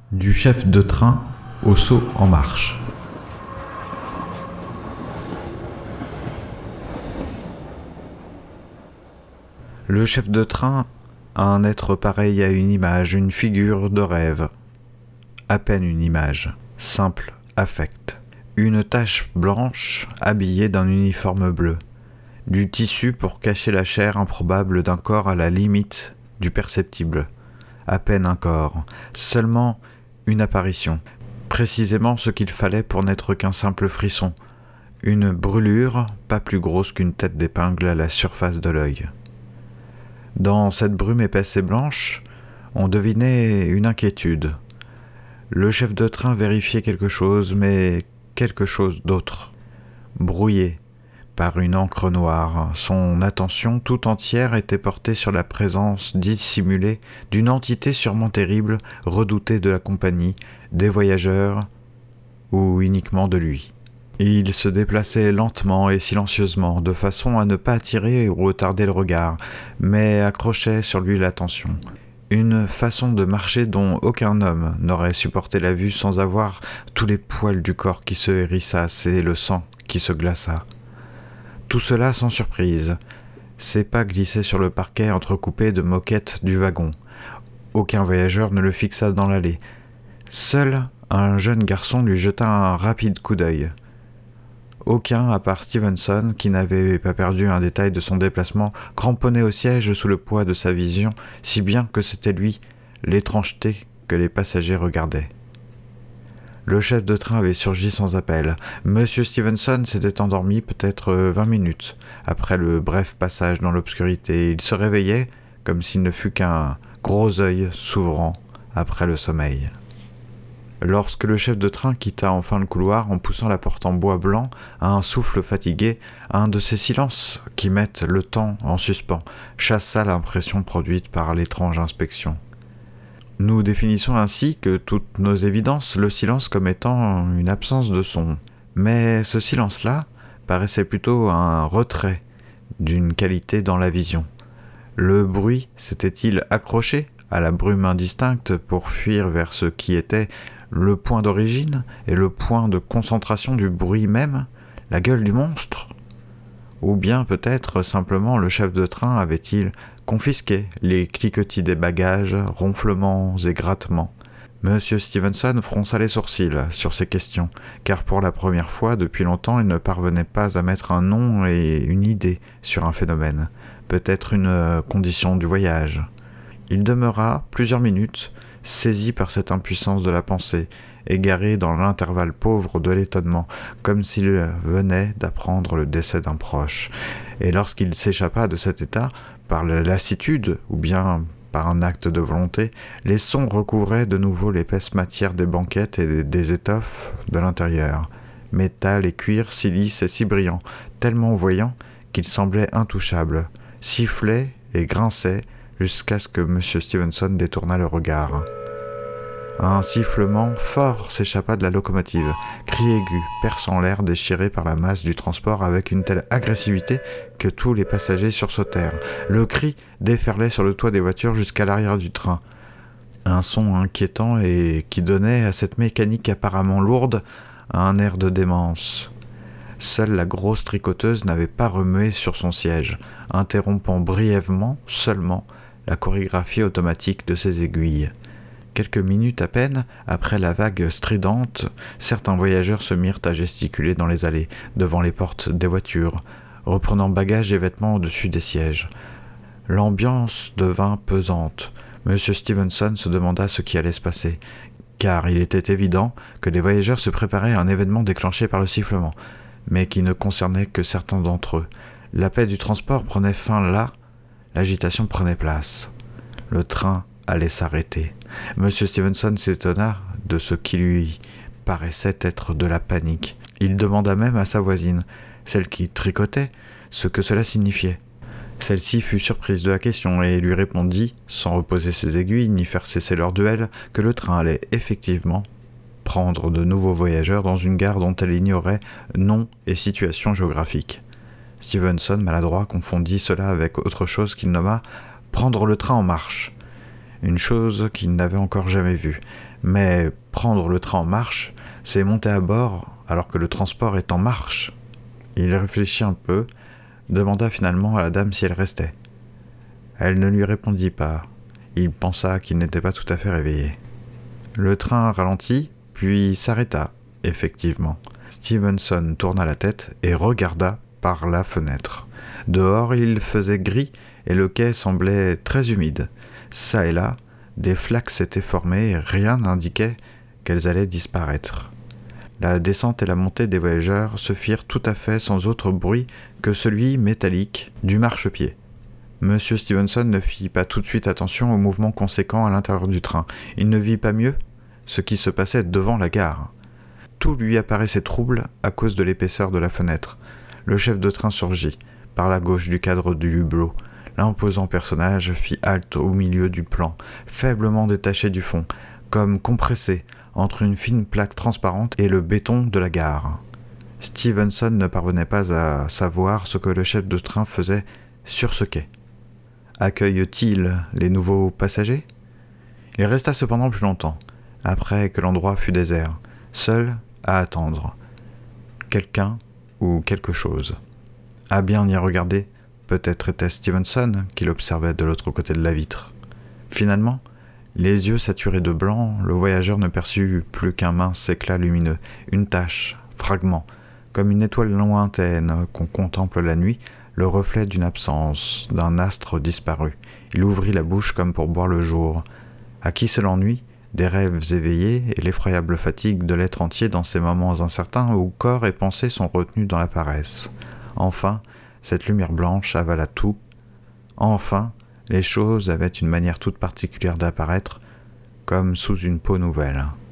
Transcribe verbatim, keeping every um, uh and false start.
Du chef de train au saut en marche. Le chef de train a un être pareil à une image, une figure de rêve. À peine une image, simple affect. Une tache blanche habillée d'un uniforme bleu. Du tissu pour cacher la chair improbable d'un corps à la limite du perceptible. À peine un corps, seulement une apparition. Précisément ce qu'il fallait pour n'être qu'un simple frisson. Une brûlure pas plus grosse qu'une tête d'épingle à la surface de l'œil. Dans cette brume épaisse et blanche, on devinait une inquiétude. Le chef de train vérifiait quelque chose, mais quelque chose d'autre. Brouillé par une encre noire, son attention tout entière était portée sur la présence dissimulée d'une entité sûrement terrible, redoutée de la compagnie, des voyageurs, ou uniquement de lui. Il se déplaçait lentement et silencieusement, de façon à ne pas attirer ou retarder le regard, mais accrochait sur lui l'attention. Une façon de marcher dont aucun homme n'aurait supporté la vue sans avoir tous les poils du corps qui se hérissassent et le sang qui se glaça. Tout cela sans surprise. Ses pas glissaient sur le parquet entrecoupé de moquettes du wagon. Aucun voyageur ne le fixa dans l'allée. Seul un jeune garçon lui jeta un rapide coup d'œil. Aucun, à part Stevenson, qui n'avait pas perdu un détail de son déplacement, cramponné au siège sous le poids de sa vision, si bien que c'était lui, l'étrangeté que les passagers regardaient. Le chef de train avait surgi sans appel. Monsieur Stevenson s'était endormi peut-être vingt minutes après le bref passage dans l'obscurité. Il se réveillait comme s'il ne fût qu'un gros œil s'ouvrant après le sommeil. Lorsque le chef de train quitta enfin le couloir en poussant la porte en bois blanc à un souffle fatigué, un de ces silences qui mettent le temps en suspens chassa l'impression produite par l'étrange inspection. Nous définissons ainsi que toutes nos évidences le silence comme étant une absence de son. Mais ce silence-là paraissait plutôt un retrait d'une qualité dans la vision. Le bruit s'était-il accroché à la brume indistincte pour fuir vers ce qui était le point d'origine et le point de concentration du bruit même, la gueule du monstre ? Ou bien peut-être simplement le chef de train avait-il confisqué les cliquetis des bagages, ronflements et grattements. Monsieur Stevenson fronça les sourcils sur ces questions, car pour la première fois depuis longtemps il ne parvenait pas à mettre un nom et une idée sur un phénomène, peut-être une condition du voyage. Il demeura plusieurs minutes, saisi par cette impuissance de la pensée, égaré dans l'intervalle pauvre de l'étonnement, comme s'il venait d'apprendre le décès d'un proche. Et lorsqu'il s'échappa de cet état, par la lassitude ou bien par un acte de volonté, les sons recouvraient de nouveau l'épaisse matière des banquettes et des étoffes de l'intérieur. Métal et cuir si lisses et si brillants, tellement voyants qu'ils semblaient intouchables, sifflaient et grinçaient jusqu'à ce que M. Stevenson détournât le regard. Un sifflement fort s'échappa de la locomotive, cri aigu, perçant l'air déchiré par la masse du transport avec une telle agressivité que tous les passagers sursautèrent. Le cri déferlait sur le toit des voitures jusqu'à l'arrière du train. Un son inquiétant et qui donnait à cette mécanique apparemment lourde un air de démence. Seule la grosse tricoteuse n'avait pas remué sur son siège, interrompant brièvement seulement la chorégraphie automatique de ses aiguilles. Quelques minutes à peine après la vague stridente, certains voyageurs se mirent à gesticuler dans les allées, devant les portes des voitures, reprenant bagages et vêtements au-dessus des sièges. L'ambiance devint pesante. Monsieur Stevenson se demanda ce qui allait se passer, car il était évident que les voyageurs se préparaient à un événement déclenché par le sifflement, mais qui ne concernait que certains d'entre eux. La paix du transport prenait fin là, l'agitation prenait place. Le train allait s'arrêter. Monsieur Stevenson s'étonna de ce qui lui paraissait être de la panique. Il demanda même à sa voisine, celle qui tricotait, ce que cela signifiait. Celle-ci fut surprise de la question et lui répondit, sans reposer ses aiguilles ni faire cesser leur duel, que le train allait effectivement prendre de nouveaux voyageurs dans une gare dont elle ignorait nom et situation géographique. Stevenson, maladroit, confondit cela avec autre chose qu'il nomma « prendre le train en marche ». Une chose qu'il n'avait encore jamais vue, Mais prendre le train en marche, c'est monter à bord alors que le transport est en marche. Il réfléchit un peu, demanda finalement à la dame si elle restait. Elle ne lui répondit pas. Il pensa qu'il n'était pas tout à fait réveillé. Le train ralentit, puis s'arrêta, effectivement. Stevenson tourna la tête et regarda par la fenêtre. Dehors, il faisait gris et le quai semblait très humide. Ça et là, des flaques s'étaient formées et rien n'indiquait qu'elles allaient disparaître. La descente et la montée des voyageurs se firent tout à fait sans autre bruit que celui métallique du marchepied. Monsieur Stevenson ne fit pas tout de suite attention aux mouvements conséquents à l'intérieur du train. Il ne vit pas mieux ce qui se passait devant la gare. Tout lui apparaissait trouble à cause de l'épaisseur de la fenêtre. Le chef de train surgit, par la gauche du cadre du hublot. L'imposant personnage fit halte au milieu du plan, faiblement détaché du fond, comme compressé entre une fine plaque transparente et le béton de la gare. Stevenson ne parvenait pas à savoir ce que le chef de train faisait sur ce quai. Accueille-t-il les nouveaux passagers ? Il resta cependant plus longtemps, après que l'endroit fut désert, seul à attendre. Quelqu'un ou quelque chose. À bien y regarder, peut-être était Stevenson qui l'observait de l'autre côté de la vitre. Finalement, les yeux saturés de blanc, le voyageur ne perçut plus qu'un mince éclat lumineux, une tache, fragment, comme une étoile lointaine qu'on contemple la nuit, le reflet d'une absence, d'un astre disparu. Il ouvrit la bouche comme pour boire le jour. À qui c'est l'ennui, des rêves éveillés et l'effroyable fatigue de l'être entier dans ces moments incertains où corps et pensée sont retenus dans la paresse. Enfin, cette lumière blanche avala tout. Enfin, les choses avaient une manière toute particulière d'apparaître, comme sous une peau nouvelle.